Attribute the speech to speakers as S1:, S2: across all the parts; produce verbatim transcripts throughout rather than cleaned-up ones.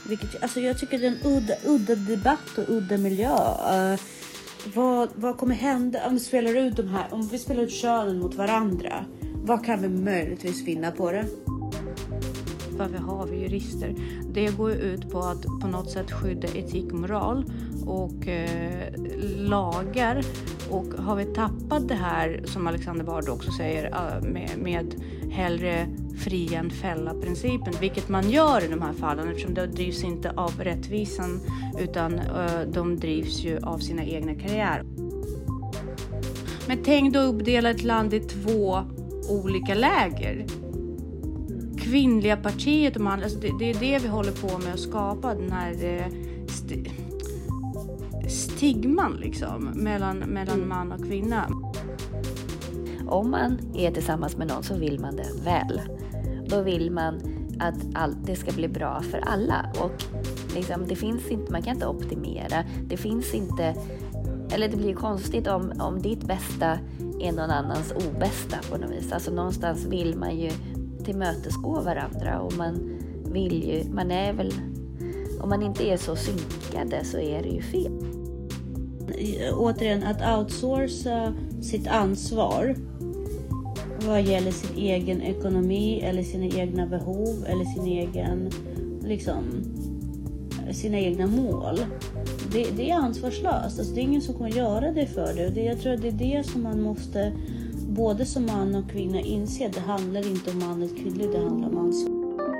S1: Vilket, alltså jag tycker det är en udda, udda debatt och udda miljö. Uh, vad, vad kommer hända om vi spelar ut de här, om vi spelar ut könen mot varandra? Vad kan vi möjligtvis vinna på det?
S2: Varför har vi jurister? Det går ut på att på något sätt skydda etik och moral och eh, lagar. Och har vi tappat det här, som Alexander Bard också säger, med, med hellre fri än fälla-principen, vilket man gör i de här fallen eftersom det drivs inte av rättvisan utan eh, de drivs ju av sina egna karriärer. Men tänk då uppdela ett land i två olika läger. Kvinnliga partiet och man, alltså det, det är det vi håller på med att skapa, den här eh, st- stigman liksom mellan, mellan man och kvinna.
S3: Om man är tillsammans med någon så vill man det väl. Då vill man att allt det ska bli bra för alla. Och liksom, det finns inte, man kan inte optimera. Det finns inte, eller det blir konstigt om, om ditt bästa är någon annans obästa på något vis. Alltså någonstans vill man ju tillmötesgå varandra och man vill ju, man är väl, om man inte är så synkade så är det ju fel.
S1: Återigen, att outsourca sitt ansvar vad gäller sin egen ekonomi eller sina egna behov eller sin egen, liksom, sina egna mål. Det, det är ansvarslöst. Alltså, det är ingen som kommer göra det för dig. Det, jag tror att det är det som man måste, både som man och kvinna, inse. Det handlar inte om manligt kvinnligt, det handlar om ansvar.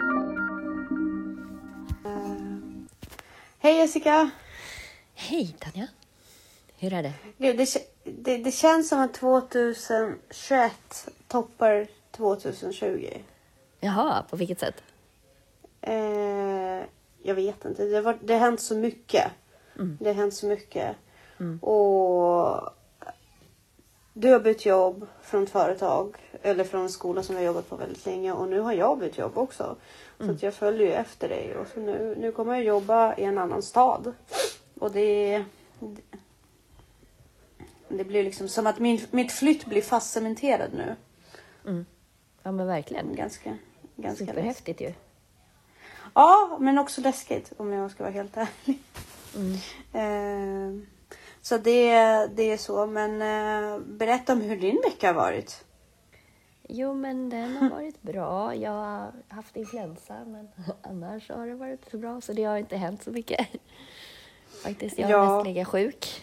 S1: Uh, Hej Jessica!
S3: Hej Tanja! Hur är det?
S1: Det, det, det, det känns som att tjugohundratjugoett toppar tjugohundratjugo.
S3: Jaha, på vilket sätt?
S1: Eh, jag vet inte. Det, var, det har hänt så mycket.
S3: Mm.
S1: Det har hänt så mycket.
S3: Mm.
S1: Och du har bytt jobb från ett företag. Eller från en skola som jag har jobbat på väldigt länge. Och nu har jag bytt jobb också. Så
S3: Mm.
S1: att jag följer ju efter dig. Och så nu, nu kommer jag jobba i en annan stad. Och det... det Det blir liksom som att min, mitt flytt blir fastcementerad nu.
S3: Mm. Ja men verkligen.
S1: Ganska, ganska
S3: superhäftigt ju.
S1: Ja, men också läskigt om jag ska vara helt ärlig.
S3: Mm.
S1: Eh, så det, det är så. Men eh, berätta om hur din vecka har varit.
S3: Jo men den har varit bra. Jag har haft influensa men annars har det varit så bra. Så det har inte hänt så mycket. Faktiskt, jag har
S1: Ja.
S3: mest legat sjuk.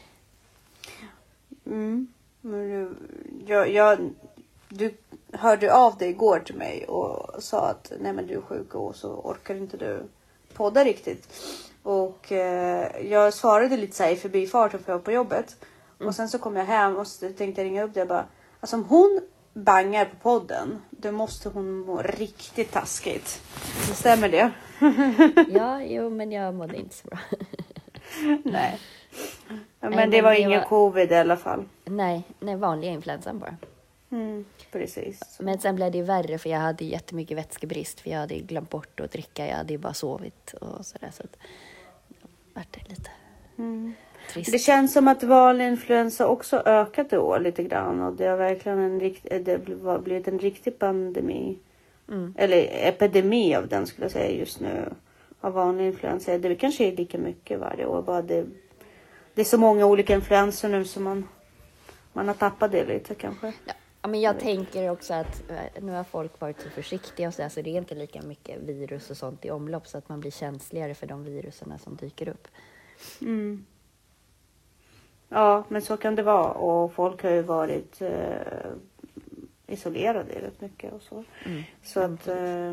S1: Mm. Men du, jag, jag, du hörde av dig igår till mig och sa att nej men du är sjuk och så orkar inte du podda riktigt. Och eh, jag svarade lite så här i förbifarten för jag var på jobbet. Mm. Och sen så kom jag hem och så tänkte jag ringa upp dig och bara, alltså om hon bangar på podden, då måste hon må riktigt taskigt. Stämmer det?
S3: Ja, jo men jag mådde inte så bra.
S1: Nej. Men,
S3: Nej,
S1: det var
S3: det
S1: ingen
S3: var...
S1: covid i alla fall.
S3: Nej, nej vanliga influensan bara.
S1: Mm, precis.
S3: Men sen blev det värre för jag hade jättemycket vätskebrist. För jag hade glömt bort att dricka. Jag hade ju bara sovit och sådär. Så att vart det lite
S1: mm.
S3: trist.
S1: Det känns som att vanlig influensa också ökat i år lite grann. Och det har verkligen en rikt, det har blivit en riktig pandemi. Mm. Eller epidemi av den skulle jag säga just nu. Av vanlig influensa. Det kanske är lika mycket varje år. Bara det, det är så många olika influenser nu som man, man har tappat det lite kanske.
S3: Ja. Ja, men jag tänker också att nu har folk varit så försiktiga och så, där, så det är inte lika mycket virus och sånt i omlopp så att man blir känsligare för de viruserna som dyker upp.
S1: Mm. Ja, men så kan det vara. Och folk har ju varit eh, isolerade rätt mycket och så. Mm. Så att... Eh,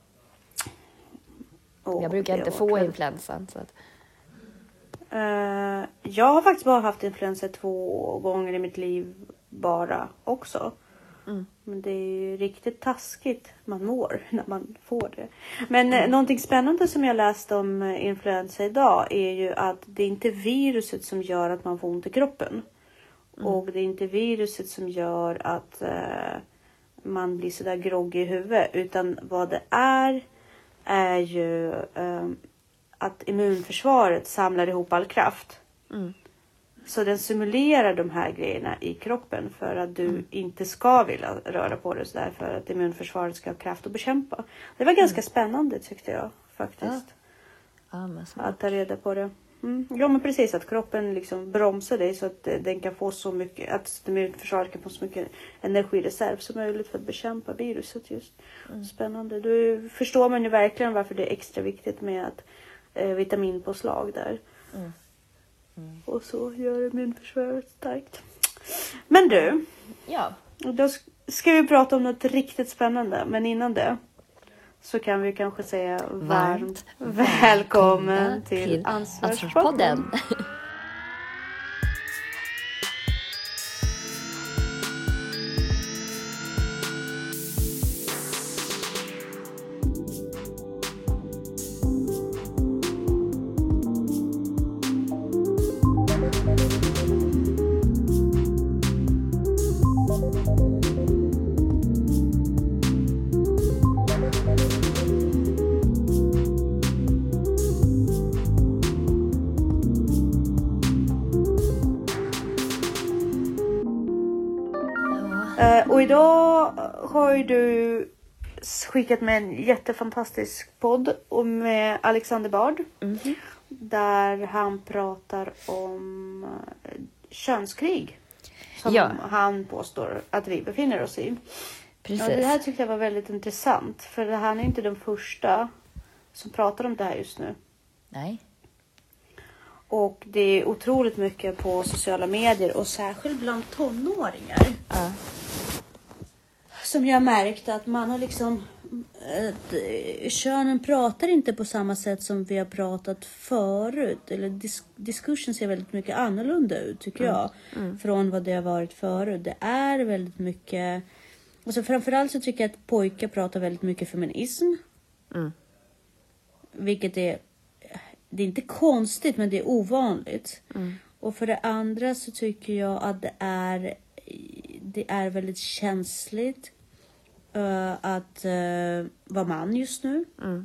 S3: oh, jag brukar inte få influensan. Så att...
S1: Uh, jag har faktiskt bara haft influensa två gånger i mitt liv bara också. Mm. Men det är ju riktigt taskigt man mår när man får det. Men mm. eh, någonting spännande som jag läste om influensa idag är ju att det är inte viruset som gör att man får ont i kroppen. Mm. Och det är inte viruset som gör att eh, man blir sådär groggy i huvudet. Utan vad det är är ju... Eh, att immunförsvaret samlar ihop all kraft. Mm. Så den simulerar de här grejerna i kroppen för att du mm. inte ska vilja röra på dig sådär för att immunförsvaret ska ha kraft att bekämpa. Det var ganska mm. spännande tyckte jag faktiskt.
S3: Ja, men smart.
S1: Att ta reda på det. Mm. Ja men precis, att kroppen liksom bromsar dig så att den kan få så mycket, att immunförsvaret kan få så mycket energireserv som möjligt för att bekämpa viruset just. Mm. Spännande. Då förstår man ju verkligen varför det är extra viktigt med att eh, vitaminpåslag där. Mm. Mm. Och så gör immunförsvaret starkt. Men du.
S3: Ja.
S1: Då ska vi prata om något riktigt spännande. Men innan det så kan vi kanske säga varmt, varmt välkommen till, till Ansvarspodden. Och idag har ju du skickat med en jättefantastisk podd med Alexander Bard. Mm-hmm. Där han pratar om könskrig. Som ja. han påstår att vi befinner oss i. Precis. Ja, det här tyckte jag var väldigt intressant. För han är inte den första som pratar om det här just nu.
S3: Nej.
S1: Och det är otroligt mycket på sociala medier. Och särskilt bland tonåringar. Ja. Som jag har märkt att man har liksom... Att könen pratar inte på samma sätt som vi har pratat förut. Eller dis- diskursen ser väldigt mycket annorlunda ut tycker mm. jag. Mm. Från vad det har varit förut. Det är väldigt mycket... Alltså framförallt så tycker jag att pojkar pratar väldigt mycket feminism. Mm. Vilket är... Det är inte konstigt men det är ovanligt. Mm. Och för det andra så tycker jag att det är... Det är väldigt känsligt uh, att uh, vara man just nu. Mm.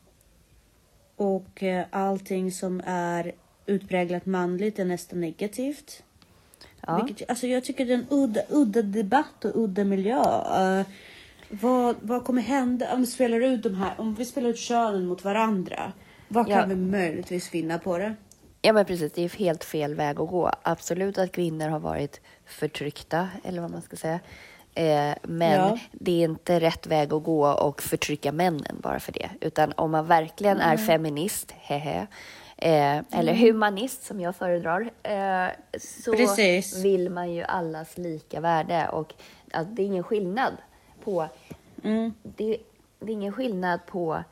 S1: Och uh, allting som är utpräglat manligt är nästan negativt. Ja. Vilket, alltså jag tycker det är en udda, udda debatt och udda miljö. Uh, vad, vad kommer hända om vi spelar ut de här, om vi spelar ut könen mot varandra? Vad kan ja. vi möjligtvis vinna på det?
S3: Ja men precis, det är helt fel väg att gå. Absolut att kvinnor har varit förtryckta, eller vad man ska säga. Eh, men ja. det är inte rätt väg att gå och förtrycka männen bara för det. Utan om man verkligen mm. är feminist, hehe, eh, mm. eller humanist som jag föredrar, eh, så precis. vill man ju allas lika värde. Och att det är ingen skillnad på... Mm. Det, det är ingen skillnad på...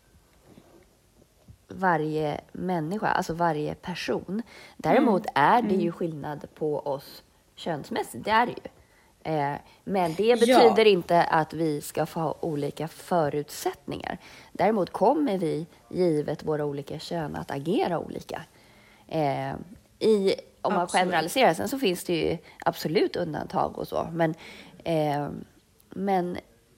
S3: varje människa, alltså varje person. Däremot mm. är det ju skillnad på oss könsmässigt, det är det ju. Eh, men det betyder ja. inte att vi ska få ha olika förutsättningar. Däremot kommer vi, givet våra olika kön, att agera olika. Eh, i, om man generaliserar, sen så finns det ju absolut undantag och så. Men, eh, men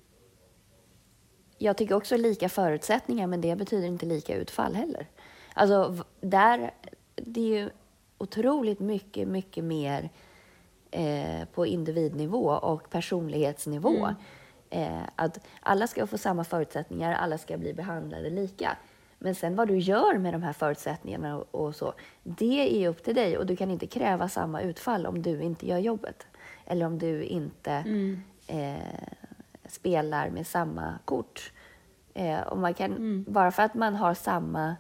S3: jag tycker också lika förutsättningar, men det betyder inte lika utfall heller. Alltså, där, det är ju otroligt mycket, mycket mer eh, på individnivå och personlighetsnivå. Mm. Eh, att alla ska få samma förutsättningar, alla ska bli behandlade lika. Men sen vad du gör med de här förutsättningarna och, och så, det är upp till dig. Och du kan inte kräva samma utfall om du inte gör jobbet. Eller om du inte... Mm. Eh, spelar med samma kort. Eh, och man kan, mm. bara för att man har samma...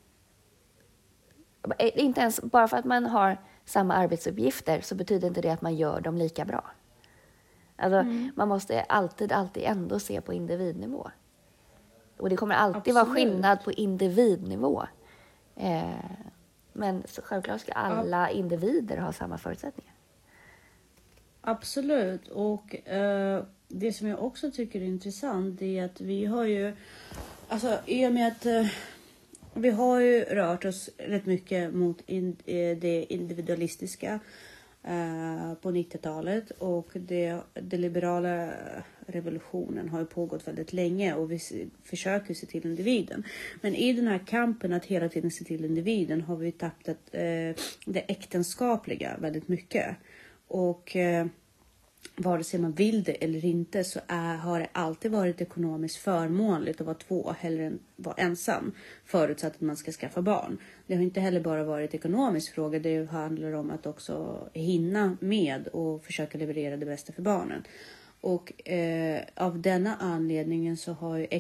S3: Inte ens bara för att man har samma arbetsuppgifter så betyder inte det att man gör dem lika bra. Alltså, mm. man måste alltid, alltid ändå se på individnivå. Och det kommer alltid Absolut. vara skillnad på individnivå. Eh, men så självklart ska alla individer ha samma förutsättningar.
S1: Absolut. Och... Uh... Det som jag också tycker är intressant är att vi har ju, alltså i och med att eh, vi har ju rört oss rätt mycket mot in, eh, det individualistiska eh, på nittiotalet och det, det liberala revolutionen har ju pågått väldigt länge och vi försöker se till individen. Men i den här kampen att hela tiden se till individen har vi tappat eh, det äktenskapliga väldigt mycket. Och... Eh, vare sig man vill det eller inte, så är, har det alltid varit ekonomiskt förmånligt att vara två hellre än vara ensam, förutsatt att man ska skaffa barn. Det har inte heller bara varit ekonomisk fråga, det handlar om att också hinna med och försöka leverera det bästa för barnen. Och eh, av denna anledningen så har ju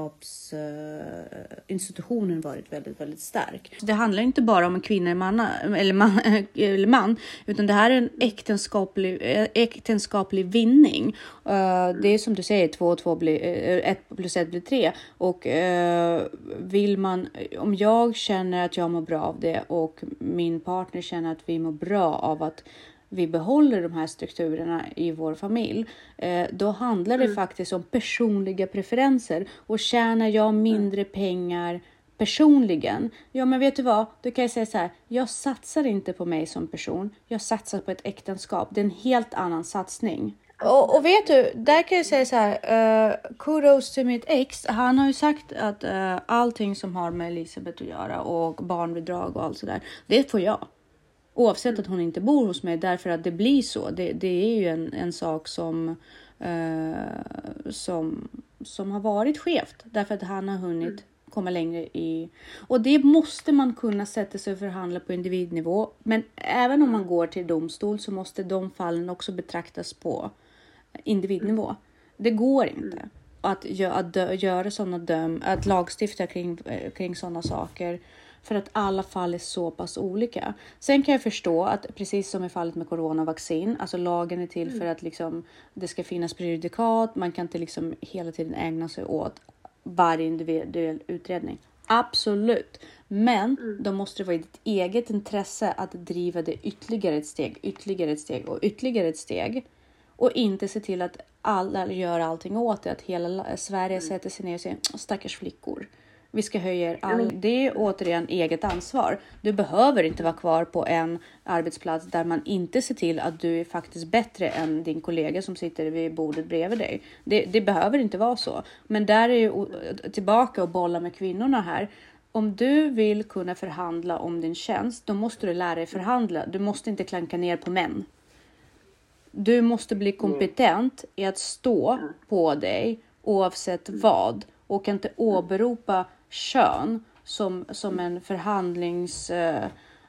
S1: äktenskapsinstitutionen eh, varit väldigt, väldigt stark. Det handlar inte bara om en kvinna manna, eller, man, eller man, utan det här är en äktenskaplig, äktenskaplig vinning. Uh, det är som du säger, två och två blir, uh, ett plus ett blir tre. Och uh, vill man, om jag känner att jag mår bra av det och min partner känner att vi mår bra av att vi behåller de här strukturerna i vår familj, eh, då handlar det mm. faktiskt om personliga preferenser. Och tjänar jag mindre pengar personligen, ja men vet du vad, du kan jag säga så här, jag satsar inte på mig som person, jag satsar på ett äktenskap. Det är en helt annan satsning. Och, och vet du, där kan jag säga så här, uh, kudos till mitt ex. Han har ju sagt att uh, allting som har med Elisabeth att göra och barnbidrag och allt sådär, det får jag. Oavsett att hon inte bor hos mig, därför att det blir så. Det, det är ju en, en sak som, uh, som, som har varit skevt. Därför att han har hunnit komma längre i... Och det måste man kunna sätta sig och förhandla på individnivå. Men även om man går till domstol så måste de fallen också betraktas på individnivå. Det går inte att, gö- att dö- göra sådana döm, att lagstifta kring, kring sådana saker. För att alla fall är så pass olika. Sen kan jag förstå att precis som i fallet med coronavaccin. Alltså lagen är till mm. för att liksom, det ska finnas prejudikat. Man kan inte liksom hela tiden ägna sig åt varje individuell utredning. Absolut. Men mm. då måste det vara i ditt eget intresse att driva det ytterligare ett steg. Ytterligare ett steg och ytterligare ett steg. Och inte se till att alla gör allting åt det. Att hela Sverige mm. sätter sig ner och säger stackars flickor. Vi ska höja all... Det är återigen eget ansvar. Du behöver inte vara kvar på en arbetsplats där man inte ser till att du är faktiskt bättre än din kollega som sitter vid bordet bredvid dig. Det, det behöver inte vara så. Men där är ju tillbaka och bolla med kvinnorna här. Om du vill kunna förhandla om din tjänst, då måste du lära dig förhandla. Du måste inte klanka ner på män. Du måste bli kompetent i att stå på dig oavsett vad. Och inte åberopa kön som, som en förhandlingsaxel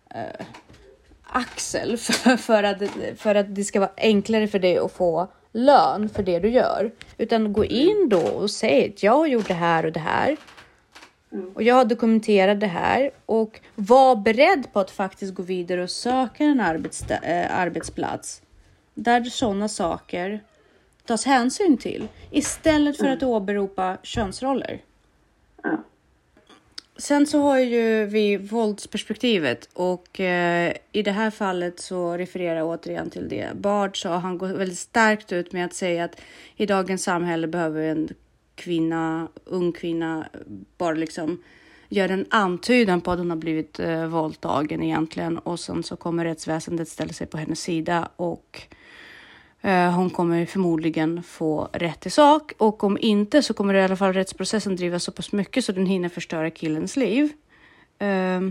S1: äh, äh, för, för, att, för att det ska vara enklare för dig att få lön för det du gör. Utan gå in då och säg att jag har gjort det här och det här. Och jag har dokumenterat det här. Och var beredd på att faktiskt gå vidare och söka en arbets, äh, arbetsplats. Där sådana saker tas hänsyn till. Istället för att åberopa könsroller. Mm. Sen så har ju vi våldsperspektivet. Och eh, i det här fallet så refererar jag återigen till det. Bard sa, han går väldigt starkt ut med att säga att i dagens samhälle behöver en kvinna, ung kvinna, bara liksom göra en antydan på att hon har blivit eh, våldtagen egentligen. Och sen så kommer rättsväsendet ställa sig på hennes sida och hon kommer förmodligen få rätt i sak. Och om inte så kommer i alla fall rättsprocessen drivas så pass mycket så den hinner förstöra killens liv. Uh,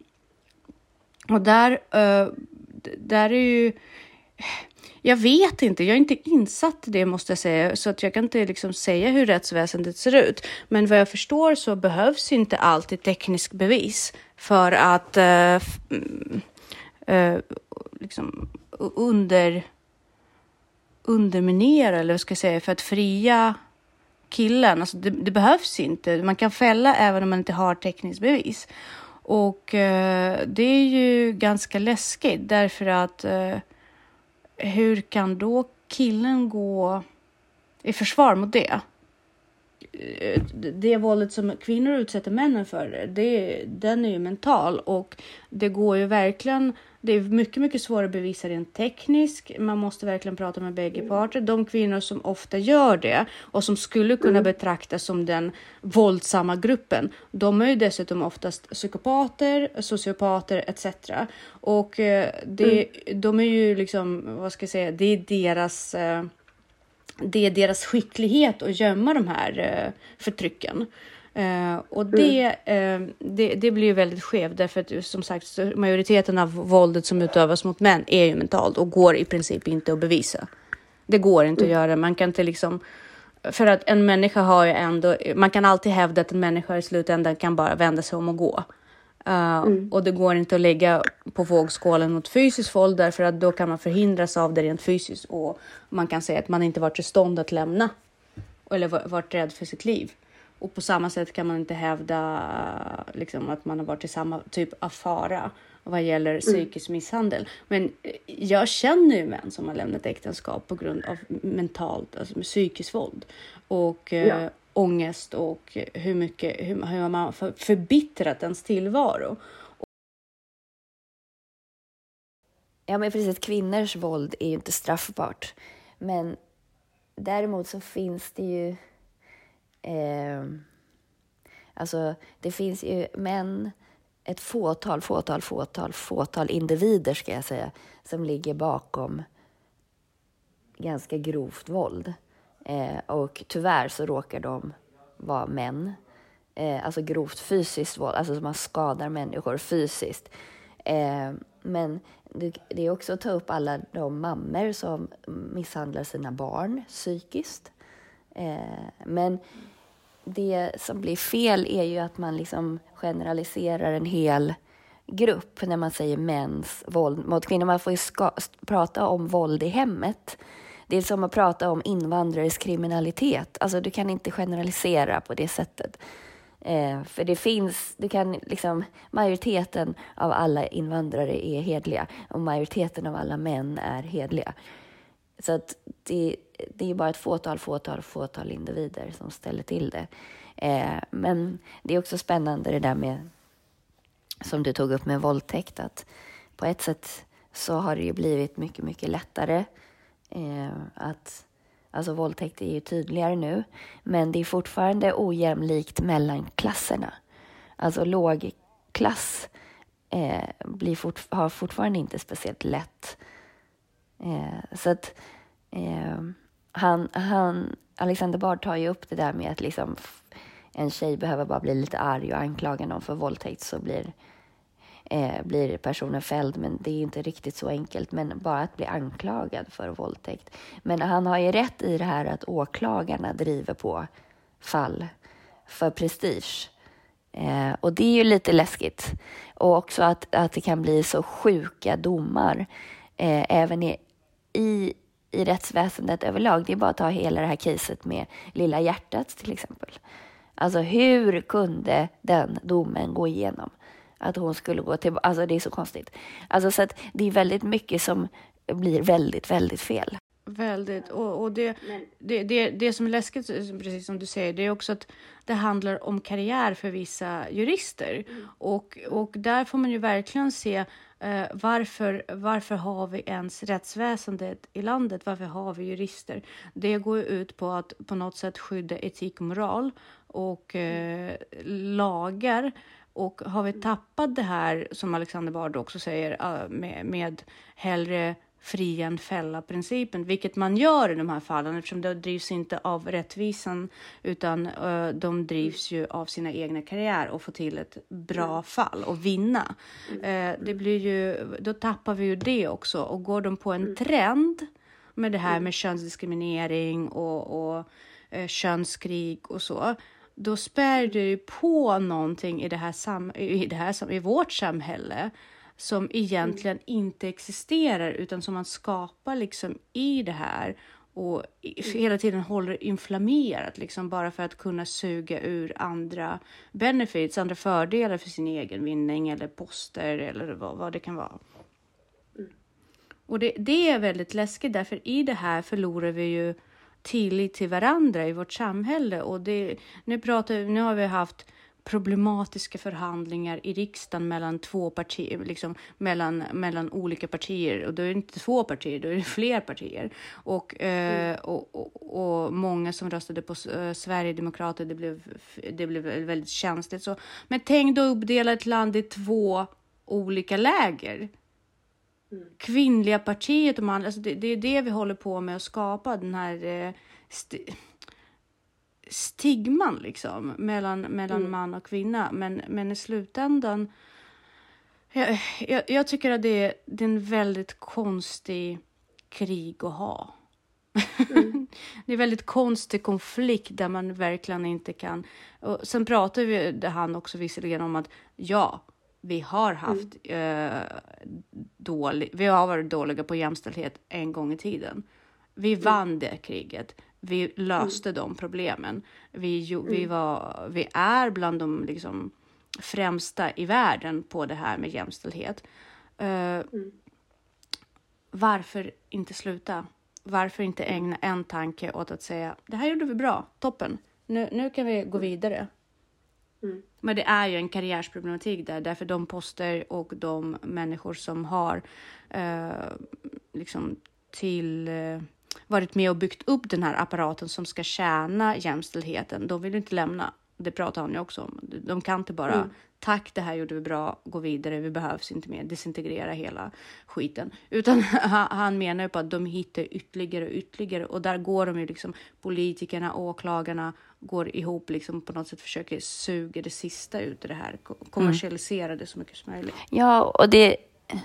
S1: och där, uh, där är ju... Jag vet inte, jag är inte insatt i det måste jag säga. Så att jag kan inte liksom säga hur rättsväsendet ser ut. Men vad jag förstår så behövs inte alltid teknisk bevis. För att uh, uh, liksom under... underminera eller vad ska jag säga, för att fria killen. Alltså det, det behövs inte. Man kan fälla även om man inte har tekniskt bevis. Och eh, det är ju ganska läskigt därför att eh, hur kan då killen gå i försvar mot det? Det våldet som kvinnor utsätter männen för, det, den är ju mental och det går ju verkligen, det är mycket mycket svårare att bevisa rent tekniskt. Man måste verkligen prata med bägge parter. De kvinnor som ofta gör det och som skulle kunna betraktas som den våldsamma gruppen, de är ju dessutom oftast psykopater, sociopater et cetera. Och det, de är ju liksom, vad ska jag säga, det är deras det är deras skicklighet att gömma de här uh, förtrycken. Uh, och det, uh, det, det blir ju väldigt skevt därför att som sagt majoriteten av våldet som utövas mot män är ju mentalt och går i princip inte att bevisa.
S2: Det går inte mm. att göra. Man kan inte liksom... För att en människa har ju ändå... Man kan alltid hävda att en människa i slutändan kan bara vända sig om och gå. Uh, mm. Och det går inte att lägga på vågskålen mot fysiskt våld, därför att då kan man förhindras av det rent fysiskt. Och man kan säga att man inte varit i stånd att lämna. Eller varit rädd för sitt liv. Och på samma sätt kan man inte hävda liksom, att man har varit i samma typ av fara vad gäller psykisk misshandel. Men jag känner ju män som har lämnat äktenskap på grund av mentalt, alltså med psykiskt våld. Och ja. äh, ångest och hur mycket, hur, hur man för, förbittrat ens tillvaro.
S3: Ja, men precis, kvinnors våld är ju inte straffbart. Men däremot så finns det ju... Eh, alltså, det finns ju män... Ett fåtal, fåtal, fåtal, fåtal individer ska jag säga, som ligger bakom ganska grovt våld. Eh, och tyvärr så råkar de vara män. Eh, alltså grovt fysiskt våld, alltså man skadar människor fysiskt. Eh, men det, det är också att ta upp alla de mammor som misshandlar sina barn psykiskt. Eh, men... Det som blir fel är ju att man liksom generaliserar en hel grupp när man säger mäns våld mot kvinnor. Man får ju ska- prata om våld i hemmet. Det är som att prata om invandrares kriminalitet. Alltså du kan inte generalisera på det sättet. Eh, för det finns, du kan liksom, majoriteten av alla invandrare är hedliga och majoriteten av alla män är hedliga. Så att det, det är bara ett fåtal, fåtal, fåtal individer som ställer till det. Eh, men det är också spännande det där med, som du tog upp med våldtäkt, att på ett sätt så har det ju blivit mycket, mycket lättare. Eh, att, alltså våldtäkt är ju tydligare nu, men det är fortfarande ojämlikt mellan klasserna. Alltså lågklass eh, blir fort, har fortfarande inte speciellt lätt. Eh, så att eh, han, han, Alexander Bard tar ju upp det där med att liksom en tjej behöver bara bli lite arg och anklaga någon för våldtäkt så blir, eh, blir personen fälld. Men det är inte riktigt så enkelt, men bara att bli anklagad för våldtäkt. Men han har ju rätt i det här att åklagarna driver på fall för prestige. Eh, och det är ju lite läskigt. Och också att, att det kan bli så sjuka domar eh, även i I, i rättsväsendet överlag. Det är bara att ta hela det här caset med Lilla hjärtat till exempel. Alltså hur kunde den domen gå igenom? Att hon skulle gå till... Alltså det är så konstigt. Alltså så att det är väldigt mycket som blir väldigt, väldigt fel.
S2: Väldigt. Och, och det, det, det, det som är läskigt, precis som du säger, det är också att det handlar om karriär för vissa jurister. Mm. Och, och där får man ju verkligen se eh, varför, varför har vi ens rättsväsendet i landet? Varför har vi jurister? Det går ju ut på att på något sätt skydda etik och moral och eh, lagar. Och har vi tappat det här, som Alexander Bard också säger, med, med hellre fria än fälla principen, vilket man gör i de här fallen, eftersom det drivs inte av rättvisan utan uh, de drivs ju av sina egna karriär och få till ett bra fall och vinna. Uh, det blir ju, då tappar vi ju det också, och går de på en trend med det här med könsdiskriminering och, och uh, könskrig och så, då spär det ju på någonting i det här, sam- i, det här i vårt samhälle som egentligen mm. inte existerar, utan som man skapar liksom i det här och hela tiden håller inflammerat liksom, bara för att kunna suga ur andra benefits, andra fördelar för sin egen vinning eller poster eller vad, vad det kan vara. Mm. Och det, det är väldigt läskigt, därför i det här förlorar vi ju tillit till varandra i vårt samhälle. Och det, nu, pratar, nu har vi haft problematiska förhandlingar i riksdagen mellan två partier, liksom mellan, mellan olika partier, och då är det inte två partier, då är det fler partier, och, mm. eh, och, och, och många som röstade på eh, Sverigedemokrater, det blev, det blev väldigt känsligt. Så, men tänk då uppdela ett land i två olika läger. Mm. Kvinnliga partiet och man, alltså det, det är det vi håller på med att skapa, den här eh, st- stigman liksom mellan, mellan mm. man och kvinna, men, men i slutändan jag, jag, jag tycker att det är, det är en väldigt konstig krig att ha, Mm. Det är väldigt konstig konflikt där man verkligen inte kan. Och sen pratar vi det han också visserligen om att ja, vi har haft mm. eh, dålig, vi har varit dåliga på jämställdhet en gång i tiden. Vi mm. vann det kriget. Vi löste mm. de problemen. Vi, mm. vi, var, vi är bland de liksom, främsta i världen på det här med jämställdhet. Uh, mm. Varför inte sluta? Varför inte ägna en tanke åt att säga det här gjorde vi bra, toppen. Nu, nu kan vi gå vidare. Mm. Men det är ju en karriärsproblematik där. Därför de poster och de människor som har uh, liksom till... Uh, varit med och byggt upp den här apparaten som ska tjäna jämställdheten. De vill inte lämna. Det pratar han ju också om. De kan inte bara, mm. tack det här gjorde vi bra, gå vidare, vi behövs inte mer, disintegrera hela skiten. Utan han menar ju på att de hittar ytterligare och ytterligare. Och där går de ju liksom, politikerna, åklagarna går ihop liksom på något sätt, försöker suga det sista ut i det här. Kommersialisera mm. det så mycket som möjligt.
S3: Ja, och det...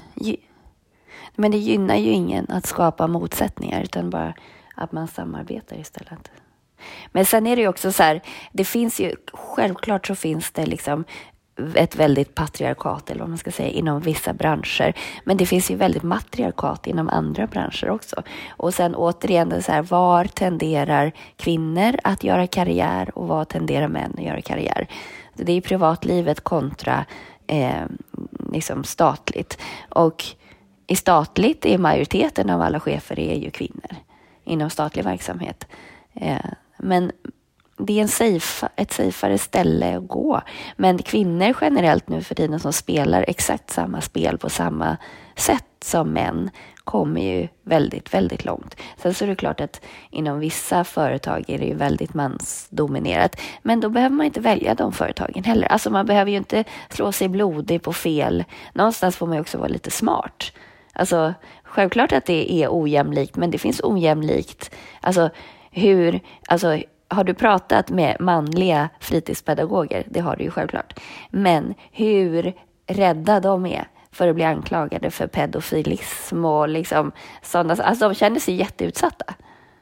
S3: Men det gynnar ju ingen att skapa motsättningar utan bara att man samarbetar istället. Men sen är det ju också så här, det finns ju, självklart så finns det liksom ett väldigt patriarkat eller vad man ska säga inom vissa branscher. Men det finns ju väldigt matriarkat inom andra branscher också. Och sen återigen det så här, var tenderar kvinnor att göra karriär och var tenderar män att göra karriär? Det är ju privatlivet kontra eh, liksom statligt. Och i statligt är majoriteten av alla chefer är ju kvinnor inom statlig verksamhet. Eh, men det är en safe, ett safare ställe att gå. Men kvinnor generellt nu för tiden som spelar exakt samma spel på samma sätt som män kommer ju väldigt, väldigt långt. Sen så är det klart att inom vissa företag är det ju väldigt mansdominerat. Men då behöver man inte välja de företagen heller. Alltså man behöver ju inte slå sig blodig på fel. Någonstans får man ju också vara lite smart. Alltså självklart att det är ojämlikt, men det finns ojämlikt. Alltså hur, alltså har du pratat med manliga fritidspedagoger? Det har du ju självklart. Men hur rädda de är för att bli anklagade för pedofilism och liksom sådana. Alltså de känner sig jätteutsatta.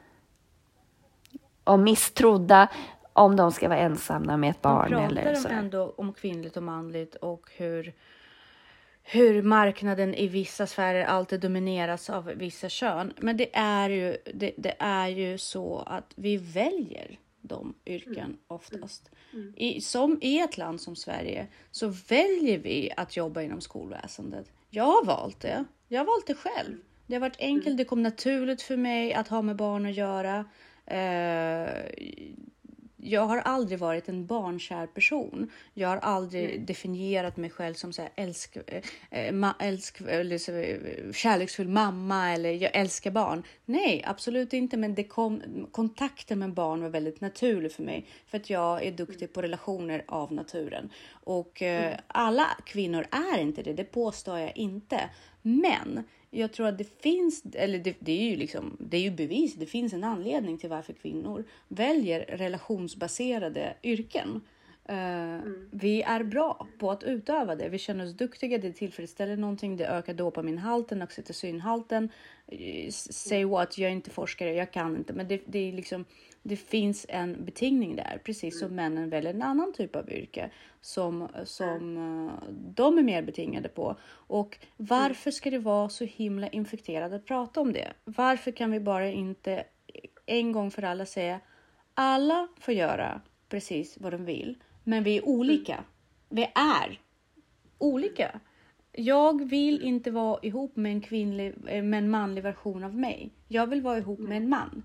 S3: Och misstrodda om de ska vara ensamma med ett barn.
S2: Man
S3: eller så.
S2: Pratar de ändå om kvinnligt och manligt och hur... hur marknaden i vissa sfärer alltid domineras av vissa kön. Men det är ju, det, det är ju så att vi väljer de yrken mm. oftast. Mm. I, som i ett land som Sverige så väljer vi att jobba inom skolväsendet. Jag har valt det. Jag har valt det själv. Det har varit enkelt. Mm. Det kom naturligt för mig att ha med barn att göra. Eh, Jag har aldrig varit en barnkär person. Jag har aldrig mm. definierat mig själv som så här älsk, äh, ma, älsk, eller så, kärleksfull mamma eller jag älskar barn. Nej, absolut inte. Men det kom, kontakten med barn var väldigt naturlig för mig. För att jag är duktig på relationer av naturen. Och äh, mm. alla kvinnor är inte det. Det påstår jag inte. Men... jag tror att det finns, eller det, det är ju liksom, det är ju bevis, det finns en anledning till varför kvinnor väljer relationsbaserade yrken. Uh, mm. Vi är bra på att utöva det. Vi känner oss duktiga, det tillfredsställer någonting, det ökar dopaminhalten, oxytocinhalten. Say what, jag är inte forskare, jag kan inte, men det, det är liksom, det finns en betingning där, precis som männen väljer en annan typ av yrke som, som uh, de är mer betingade på. Och varför ska det vara så himla infekterat att prata om det? Varför kan vi bara inte en gång för alla säga alla får göra precis vad de vill, men vi är olika. Vi är olika. Jag vill inte vara ihop med en kvinnlig, med en manlig version av mig. Jag vill vara ihop med en man.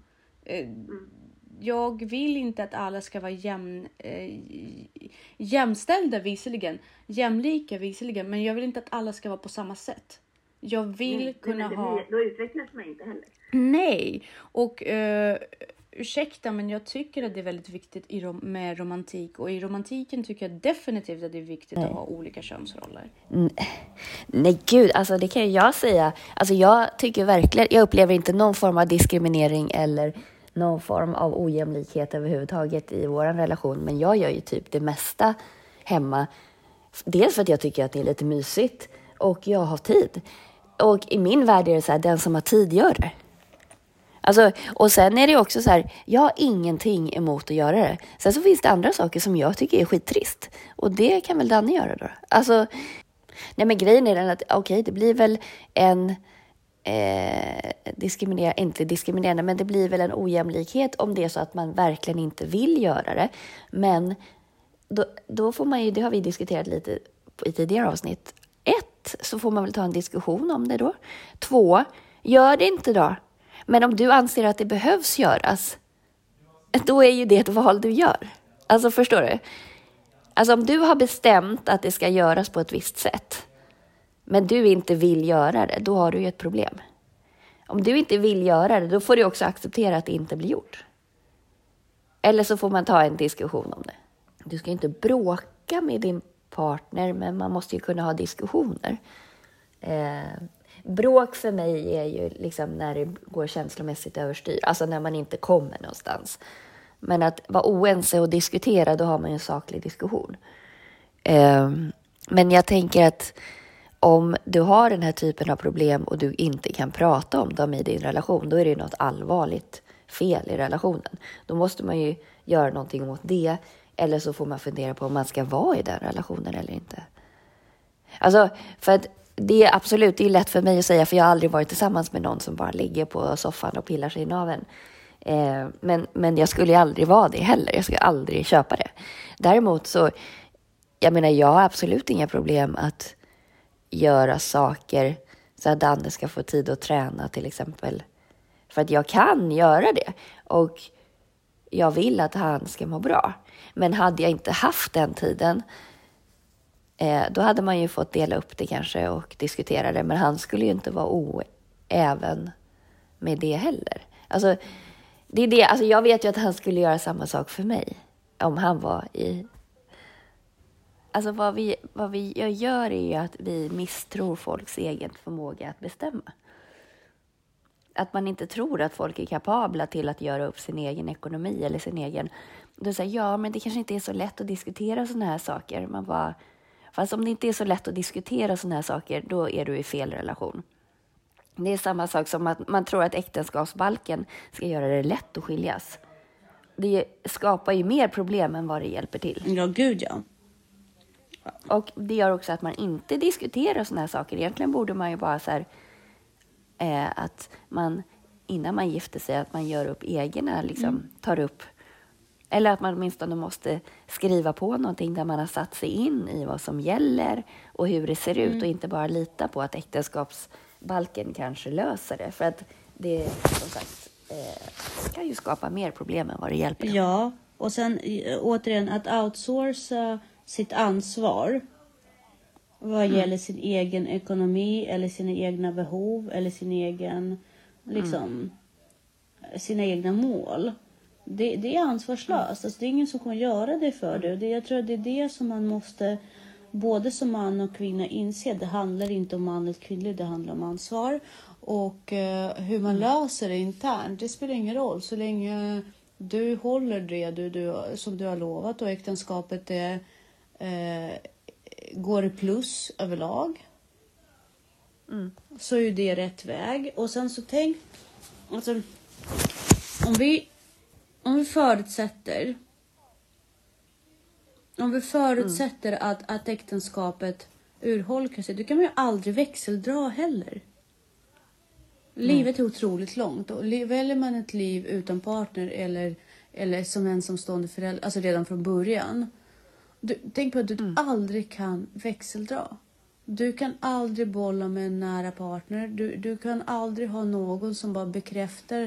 S2: Jag vill inte att alla ska vara jämn, äh, jämställda visserligen. Jämlika visserligen. Men jag vill inte att alla ska vara på samma sätt. Jag vill
S1: nej,
S2: kunna
S1: nej,
S2: ha...
S1: Då utvecklas man inte heller.
S2: Nej. Och uh, ursäkta, men jag tycker att det är väldigt viktigt i rom- med romantik. Och i romantiken tycker jag definitivt att det är viktigt nej. Att ha olika könsroller.
S3: Nej gud, alltså det kan ju jag säga. Alltså jag tycker verkligen, jag upplever inte någon form av diskriminering eller någon form av ojämlikhet överhuvudtaget i vår relation. Men jag gör ju typ det mesta hemma. Dels för att jag tycker att det är lite mysigt och jag har tid. Och i min värld är det så här, den som har tid gör det. Alltså, och sen är det också så här, jag har ingenting emot att göra det. Sen så finns det andra saker som jag tycker är skittrist. Och det kan väl Danny göra då? Alltså, nej men grejen är den att okej, okay, det blir väl en eh, diskriminera, inte diskriminerande, men det blir väl en ojämlikhet om det är så att man verkligen inte vill göra det. Men då, då får man ju, det har vi diskuterat lite i tidigare avsnitt. Ett, så får man väl ta en diskussion om det då. Två, gör det inte då. Men om du anser att det behövs göras, då är ju det ett val du gör. Alltså förstår du? Alltså om du har bestämt att det ska göras på ett visst sätt, men du inte vill göra det, då har du ju ett problem. Om du inte vill göra det, då får du också acceptera att det inte blir gjort. Eller så får man ta en diskussion om det. Du ska inte bråka med din partner, men man måste ju kunna ha diskussioner. Eh, bråk för mig är ju liksom när det går känslomässigt överstyr. Alltså när man inte kommer någonstans. Men att vara oense och diskutera, då har man ju en saklig diskussion. Eh, men jag tänker att om du har den här typen av problem och du inte kan prata om dem i din relation, då är det något allvarligt fel i relationen. Då måste man ju göra någonting åt det. Eller så får man fundera på om man ska vara i den relationen eller inte. Alltså, för att det är absolut, det är lätt för mig att säga, för jag har aldrig varit tillsammans med någon som bara ligger på soffan och pillar sig i naveln. Eh, men, men jag skulle ju aldrig vara det heller. Jag skulle aldrig köpa det. Däremot så, jag menar, jag har absolut inga problem att göra saker så att Danne ska få tid att träna till exempel. För att jag kan göra det. Och jag vill att han ska må bra. Men hade jag inte haft den tiden, eh, då hade man ju fått dela upp det kanske och diskutera det. Men han skulle ju inte vara oäven med det heller. Alltså, det är det. Alltså, jag vet ju att han skulle göra samma sak för mig om han var i... Alltså vad vi, vad vi gör är ju att vi misstror folks egen förmåga att bestämma. Att man inte tror att folk är kapabla till att göra upp sin egen ekonomi eller sin egen... Då säger ja, men det kanske inte är så lätt att diskutera såna här saker. Man bara, fast om det inte är så lätt att diskutera såna här saker, då är du i fel relation. Det är samma sak som att man tror att äktenskapsbalken ska göra det lätt att skiljas. Det skapar ju mer problem än vad det hjälper till.
S1: Ja, gud ja.
S3: Och det gör också att man inte diskuterar såna här saker. Egentligen borde man ju bara så här... Eh, att man innan man gifter sig att man gör upp egna liksom, mm. tar upp, eller att man åtminstone måste skriva på någonting där man har satt sig in i vad som gäller och hur det ser ut mm. och inte bara lita på att äktenskapsbalken kanske löser det, för att det som sagt eh, kan ju skapa mer problem än vad det hjälper.
S1: Ja, och sen återigen att outsourca sitt ansvar vad gäller mm. sin egen ekonomi eller sina egna behov eller sin egen liksom mm. sina egna mål. Det, det är ansvarslöst. Mm. Alltså, det är ingen som kommer göra det för dig. Det, jag tror att det är det som man måste både som man och kvinna inse. Det handlar inte om man eller kvinnligt, det handlar om ansvar. Och eh, hur man mm. löser det internt, det spelar ingen roll. Så länge du håller det du, du, som du har lovat och äktenskapet är eh, går det plus överlag mm. så är det rätt väg. Och sen så tänk alltså, om vi om vi förutsätter om vi förutsätter mm. att, att äktenskapet urholkar sig, då kan man ju aldrig växeldra heller. Mm. Livet är otroligt långt och väljer man ett liv utan partner eller, eller som ensamstående förälder, alltså redan från början. Du, tänk på att du mm. aldrig kan växeldra. Du kan aldrig bolla med en nära partner. Du, du kan aldrig ha någon som bara bekräftar.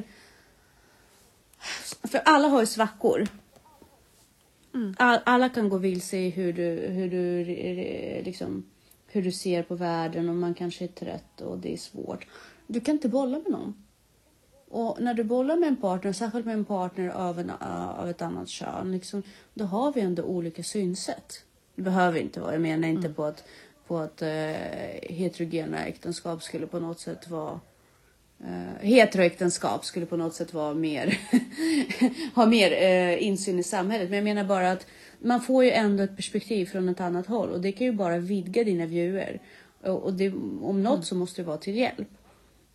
S1: För alla har ju svackor. Mm. All, alla kan gå vilse i hur du, hur, du, liksom, hur du ser på världen. Och man kanske är trött och det är svårt. Du kan inte bolla med någon. Och när du bollar med en partner, särskilt med en partner av, en, av ett annat kön, liksom, då har vi ändå olika synsätt. Det behöver inte vara. Jag menar inte mm. på att, på att uh, heterogena äktenskap skulle på något sätt vara... Uh, heteroäktenskap skulle på något sätt vara mer... ha mer uh, insyn i samhället. Men jag menar bara att man får ju ändå ett perspektiv från ett annat håll. Och det kan ju bara vidga dina vyer. Och, och det, om något mm. så måste det vara till hjälp.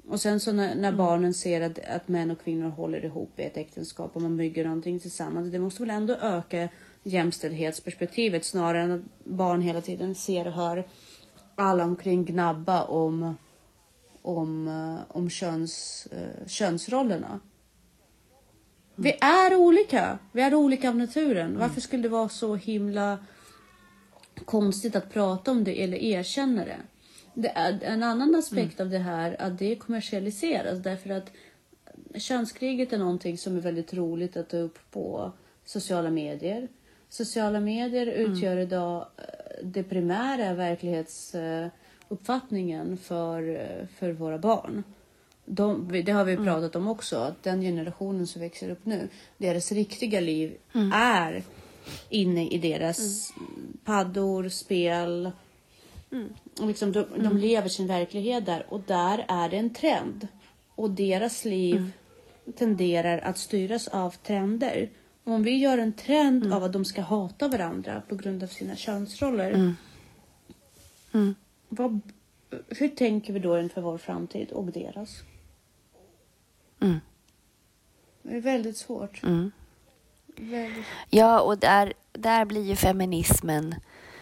S1: Och sen så när, när mm. barnen ser att, att män och kvinnor håller ihop i ett äktenskap och man bygger någonting tillsammans. Det måste väl ändå öka jämställdhetsperspektivet snarare än att barn hela tiden ser och hör alla omkring gnabba om, om, om köns, uh, könsrollerna. Mm. Vi är olika. Vi är olika av naturen. Mm. Varför skulle det vara så himla konstigt att prata om det eller erkänna det? Det är en annan aspekt mm. av det här att det kommersialiseras därför att könskriget är någonting som är väldigt roligt att ta upp på sociala medier. Sociala medier mm. utgör idag det primära verklighetsuppfattningen för, för våra barn. De, det har vi pratat mm. om också, att den generationen som växer upp nu, deras riktiga liv mm. är inne i deras mm. paddor, spel. Mm. Liksom de, de mm. lever sin verklighet där och där är det en trend. Och deras liv mm. tenderar att styras av trender. Om vi gör en trend mm. av att de ska hata varandra på grund av sina könsroller. Mm. Mm. Vad, hur tänker vi då inför vår framtid och deras? Mm. Det är väldigt svårt.
S3: Mm.
S1: Väldigt...
S3: Ja, och där, där blir ju feminismen...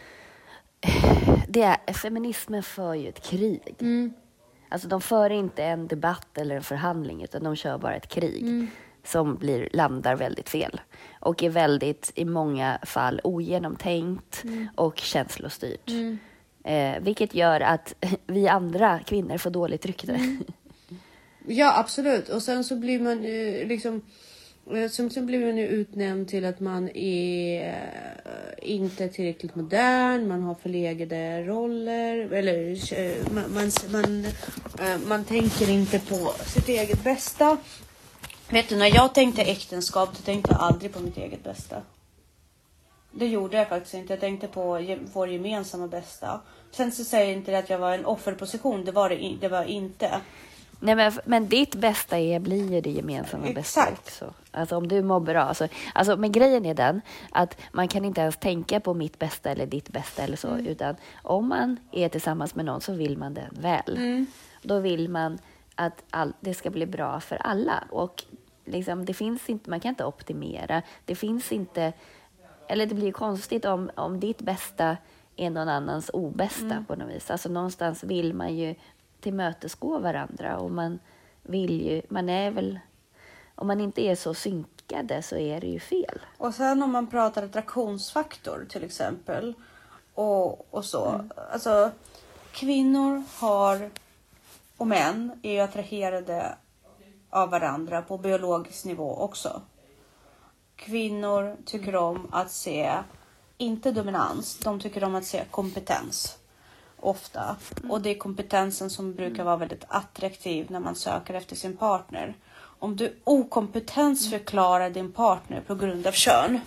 S3: Det är, feminismen för ju ett krig.
S1: Mm.
S3: Alltså de för inte en debatt eller en förhandling utan de kör bara ett krig.
S1: Mm.
S3: Som blir, landar väldigt fel. Och är väldigt, i många fall, ogenomtänkt mm. och känslostyrt. Mm. Eh, vilket gör att vi andra kvinnor får dåligt rykte.
S1: Mm. Ja, absolut. Och sen så blir man ju liksom... Sen, sen blir man ju utnämnd till att man är inte tillräckligt modern. Man har förlegade roller. Eller man, man, man, man tänker inte på sitt eget bästa. Vet du, när jag tänkte äktenskap, då tänkte jag aldrig på mitt eget bästa. Det gjorde jag faktiskt inte. Jag tänkte på vår gemensamma bästa. Sen så säger jag inte att jag var en offerposition. Det var det, det var inte.
S3: Nej, men, men ditt bästa är, blir ju det gemensamma
S1: Exakt.
S3: bästa också. Alltså om du mår bra. Alltså, alltså, men grejen är den att man kan inte ens tänka på mitt bästa eller ditt bästa eller så. Mm. Utan om man är tillsammans med någon så vill man det väl.
S1: Mm.
S3: Då vill man att all, det ska bli bra för alla. Och liksom, det finns inte, man kan inte optimera. Det finns inte... Eller det blir konstigt om, om ditt bästa är någon annans obästa mm. på något vis. Alltså någonstans vill man ju tillmötesgå varandra och man vill ju, man är väl, om man inte är så synkade så är det ju fel.
S1: Och sen om man pratar attraktionsfaktor till exempel och, och så. Mm. Alltså kvinnor har och män är ju attraherade av varandra på biologisk nivå också. Kvinnor tycker om att se, inte dominans, de tycker om att se kompetens. Ofta. Mm. Och det är kompetensen som brukar vara väldigt attraktiv när man söker efter sin partner. Om du okompetens förklarar din partner på grund av kön.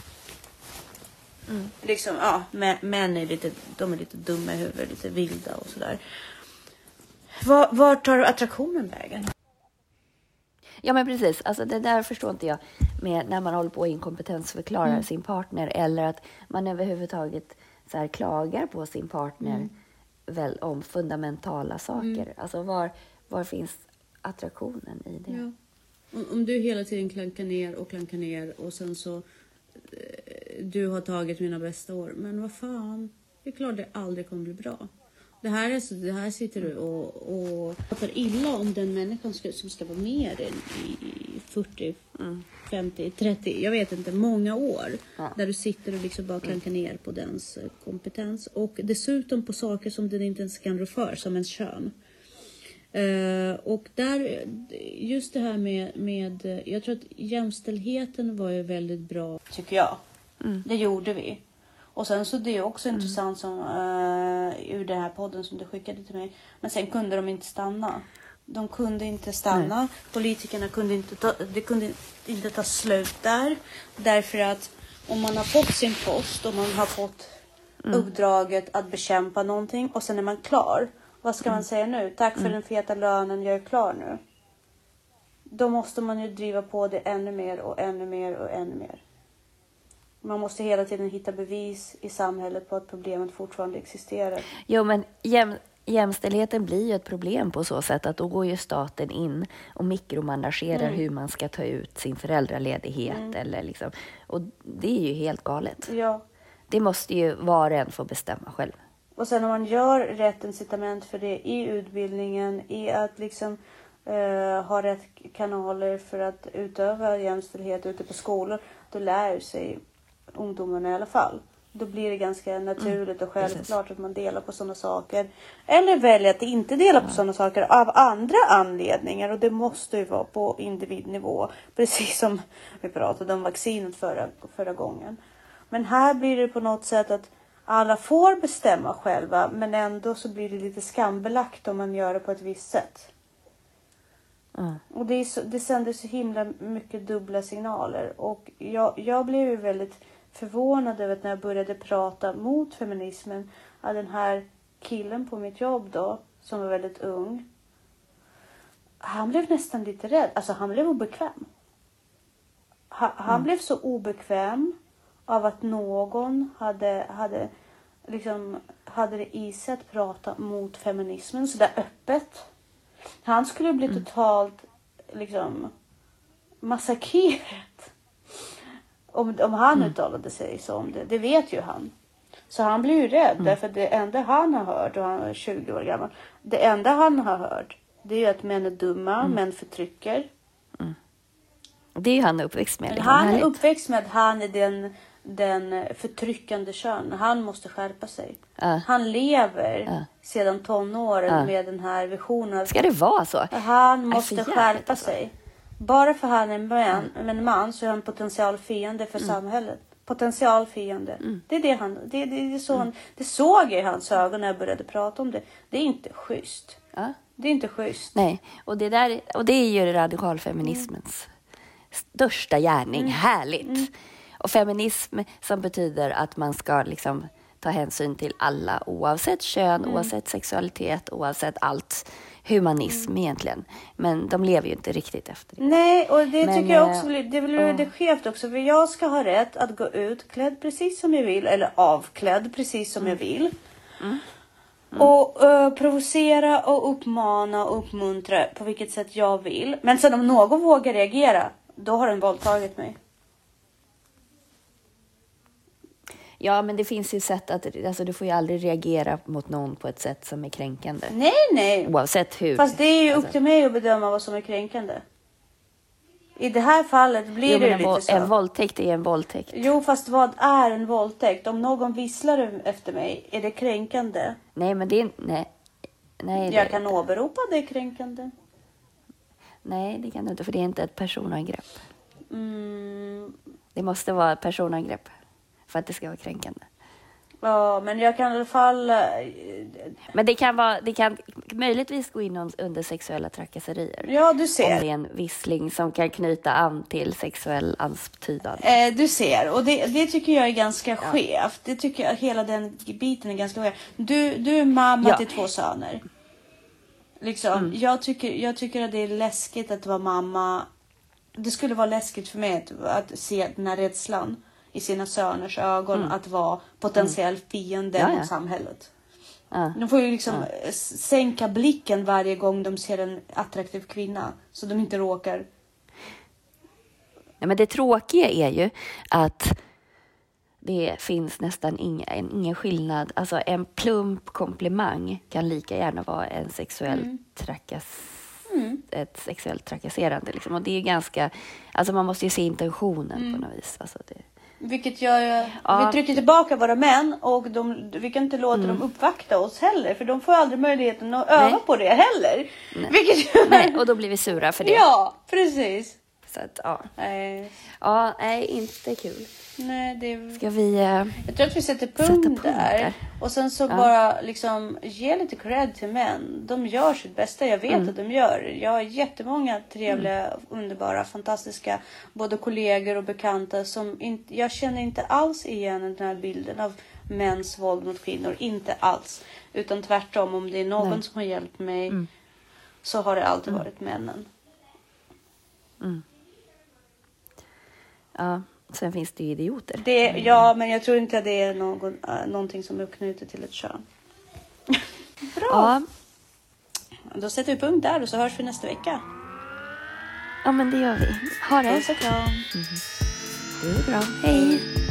S1: Mm. Liksom, ja, män är lite, de är lite dumma i huvudet, lite vilda och sådär. Var, var tar attraktionen vägen?
S3: Ja men precis, alltså det där förstår inte jag med när man håller på att inkompetensförklara mm. sin partner eller att man överhuvudtaget så här klagar på sin partner mm. väl om fundamentala saker. Mm. Alltså var, var finns attraktionen i det?
S1: Ja. Om, om du hela tiden klankar ner och klankar ner och sen så du har tagit mina bästa år. Men vad fan, det är klart det aldrig kommer bli bra. Det här, är så, det här sitter du och, och pratar illa om den människan ska, som ska vara med i fyrtio, mm. femtio, trettio, jag vet inte, många år. Ja. Där du sitter och liksom bara klankar ner på dens kompetens. Och dessutom på saker som den inte ens kan rå för, som ens kön. Uh, och där, just det här med, med, jag tror att jämställdheten var ju väldigt bra, tycker jag. Mm. Det gjorde vi. Och sen så det är också mm. intressant som, uh, ur den här podden som du skickade till mig. Men sen kunde de inte stanna. De kunde inte stanna. Nej. Politikerna kunde inte ta, det kunde inte ta slut där. Därför att om man har fått sin post och man har fått mm. uppdraget att bekämpa någonting. Och sen är man klar. Vad ska mm. man säga nu? Tack för mm. den feta lönen, jag är klar nu. Då måste man ju driva på det ännu mer och ännu mer och ännu mer. Man måste hela tiden hitta bevis i samhället på att problemet fortfarande existerar.
S3: Jo, men jäm, jämställdheten blir ju ett problem på så sätt att då går ju staten in och mikromanagerar mm. hur man ska ta ut sin föräldraledighet. Mm. Eller liksom, och det är ju helt galet.
S1: Ja.
S3: Det måste ju var och en få bestämma själv.
S1: Och sen om man gör rätt incitament för det i utbildningen, i att liksom uh, ha rätt kanaler för att utöva jämställdhet ute på skolor, då lär sig ungdomarna i alla fall. Då blir det ganska naturligt och självklart Precis. Att man delar på sådana saker. Eller väljer att inte dela på ja. sådana saker av andra anledningar. Och det måste ju vara på individnivå. Precis som vi pratade om vaccinet förra, förra gången. Men här blir det på något sätt att alla får bestämma själva. Men ändå så blir det lite skambelagt om man gör det på ett visst sätt. Mm. Och det, är så, det sänder så himla mycket dubbla signaler. Och jag, jag blev ju väldigt förvånad över att när jag började prata mot feminismen att den här killen på mitt jobb då, som var väldigt ung, han blev nästan lite rädd. Alltså han blev obekväm. Han, han mm. blev så obekväm av att någon hade, hade, liksom, hade det i sig att prata mot feminismen så där öppet. Han skulle bli mm. totalt liksom massakrerad. Om, om han mm. uttalade sig så om det. Det vet ju han. Så han blir ju rädd. Mm. Därför att det enda han har hört. Och han är tjugo år gammal. Det enda han har hört. Det är ju att män är dumma. Mm. Män förtrycker.
S3: Mm. Det är ju han uppväxt med.
S1: Han är uppväxt med att han är den, den förtryckande kön. Han måste skärpa sig. Uh. Han lever uh. sedan tonåren uh. med den här visionen.
S3: Ska det vara så?
S1: Han måste skärpa sig. Bara för han är en man, en man så är han potential fiende för mm. samhället. Potential fiende. Mm. Det är det han, det, det, det, är så mm. han, det såg jag i hans ögon när jag började prata om det. Det är inte schysst.
S3: Ja.
S1: Det är inte schysst.
S3: Nej, och det, där, och det är ju radikalfeminismens mm. största gärning. Mm. Härligt. Mm. Och feminism som betyder att man ska liksom ta hänsyn till alla oavsett kön, mm. oavsett sexualitet, oavsett allt. Humanism mm. egentligen. Men de lever ju inte riktigt efter det.
S1: Nej, och det Men, tycker jag också blir, det blir uh. det skevt också. För jag ska ha rätt att gå ut klädd precis som jag vill. Eller avklädd precis som mm. jag vill. Mm. Mm. Och uh, provocera och uppmana och uppmuntra på vilket sätt jag vill. Men sen om någon vågar reagera, då har den våldtagit mig.
S3: Ja, men det finns ju sätt att alltså, du får ju aldrig reagera mot någon på ett sätt som är kränkande.
S1: Nej, nej.
S3: Oavsett hur.
S1: Fast det är ju
S3: alltså.
S1: upp till mig att bedöma vad som är kränkande. I det här fallet blir jo, det
S3: en
S1: lite
S3: våld,
S1: så.
S3: En våldtäkt är en våldtäkt.
S1: Jo, fast vad är en våldtäkt? Om någon visslar efter mig, är det kränkande?
S3: Nej, men det är nej. nej
S1: Jag
S3: det
S1: kan
S3: inte.
S1: åberopa det kränkande.
S3: Nej, det kan du inte, för det är inte ett personangrepp.
S1: Mm.
S3: Det måste vara ett personangrepp. För att det ska vara kränkande.
S1: Ja, men jag kan i alla fall...
S3: Men det kan vara, det kan möjligtvis gå in under sexuella trakasserier.
S1: Ja, du ser.
S3: Om det är en vissling som kan knyta an till sexuell antydan.
S1: Eh, du ser, och det, det tycker jag är ganska ja. skevt. Det tycker jag, hela den biten är ganska skev. Du, du är mamma ja. till två söner. Liksom, mm. jag, tycker, jag tycker att det är läskigt att vara mamma. Det skulle vara läskigt för mig att, att se den här rädslan i sina söners ögon mm. att vara potentiell fiende
S3: mm. ja, ja.
S1: mot samhället.
S3: Ja.
S1: De får ju liksom
S3: ja.
S1: sänka blicken varje gång de ser en attraktiv kvinna. Så de inte råkar...
S3: Ja, men det tråkiga är ju att det finns nästan inga, ingen skillnad. Alltså en plump komplimang kan lika gärna vara en sexuell mm. trakass... Mm. ett sexuellt trakasserande. Liksom. Och det är ganska... Alltså man måste ju se intentionen mm. på något vis. Alltså det...
S1: Vilket jag... Ja. Vi trycker tillbaka våra män och de, vi kan inte låta mm. dem uppvakta oss heller. För de får aldrig möjligheten att öva Nej. på det heller.
S3: Nej.
S1: Vilket...
S3: Nej, och då blir vi sura för det.
S1: Ja, precis.
S3: Så att, ja.
S1: Nej.
S3: Ja, nej, inte kul.
S1: Nej, det...
S3: Ska vi... Uh,
S1: jag tror att vi sätter punkt, sätter punkt där. där. Och sen så ja. bara liksom ge lite cred till män. De gör sitt bästa. Jag vet mm. att de gör. Jag har jättemånga trevliga, mm. underbara, fantastiska både kollegor och bekanta som inte... Jag känner inte alls igen den här bilden av mäns våld mot kvinnor. Inte alls. Utan tvärtom, om det är någon Nej. som har hjälpt mig mm. så har det alltid mm. varit männen.
S3: Mm. Ja, sen finns det ju idioter.
S1: Det, ja, men jag tror inte att det är någon, äh, någonting som är uppknutet till ett kön. Bra.
S3: Ja.
S1: Då sätter vi punkt där och så hörs vi nästa vecka.
S3: Ja, men det gör vi. Ha det.
S1: Puss och kram.
S3: Det är bra. Hej.